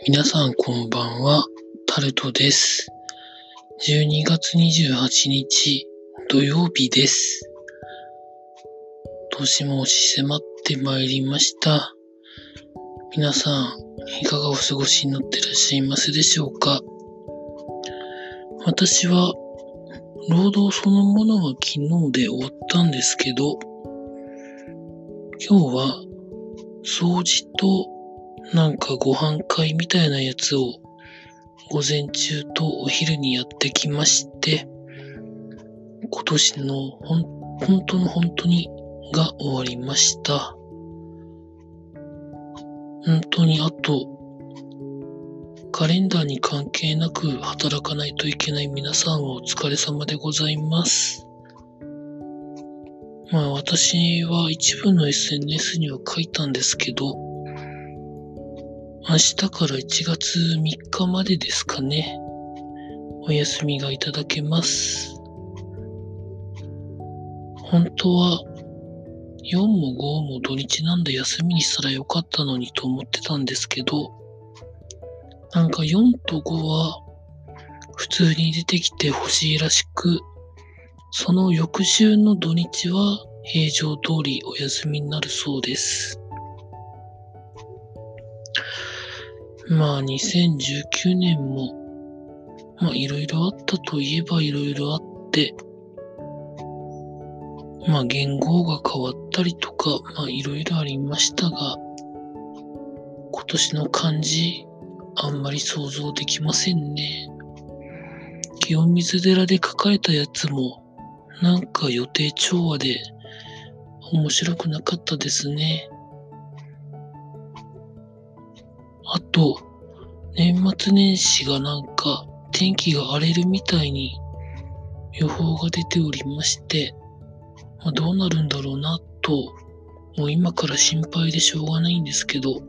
皆さんこんばんは、タルトです。12月28日土曜日です。年も押し迫ってまいりました。皆さんいかがお過ごしになっていらっしゃいますでしょうか。私は労働そのものは昨日で終わったんですけど、今日は掃除とご飯会みたいなやつを午前中とお昼にやってきまして、今年の本当にが終わりました。本当にあと、カレンダーに関係なく働かないといけない皆さんはお疲れ様でございます。私は一部の SNS には書いたんですけど、明日から1月3日までですかね、お休みがいただけます。本当は4も5も土日なんで休みにしたらよかったのにと思ってたんですけど、4と5は普通に出てきてほしいらしく、その翌週の土日は平常通りお休みになるそうです。2019年もいろいろあったといえばいろいろあって、言語が変わったりとかいろいろありましたが、今年の漢字あんまり想像できませんね。清水寺で書かれたやつも予定調和で面白くなかったですね。あと、年末年始が天気が荒れるみたいに予報が出ておりまして、どうなるんだろうなと、もう今から心配でしょうがないんですけど、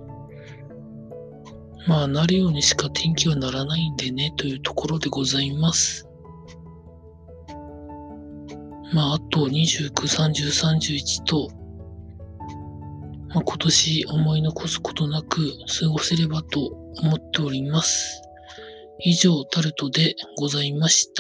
なるようにしか天気はならないんでね、というところでございます。あと29、30、31と、今年思い残すことなく過ごせればと思っております。以上、タルトでございました。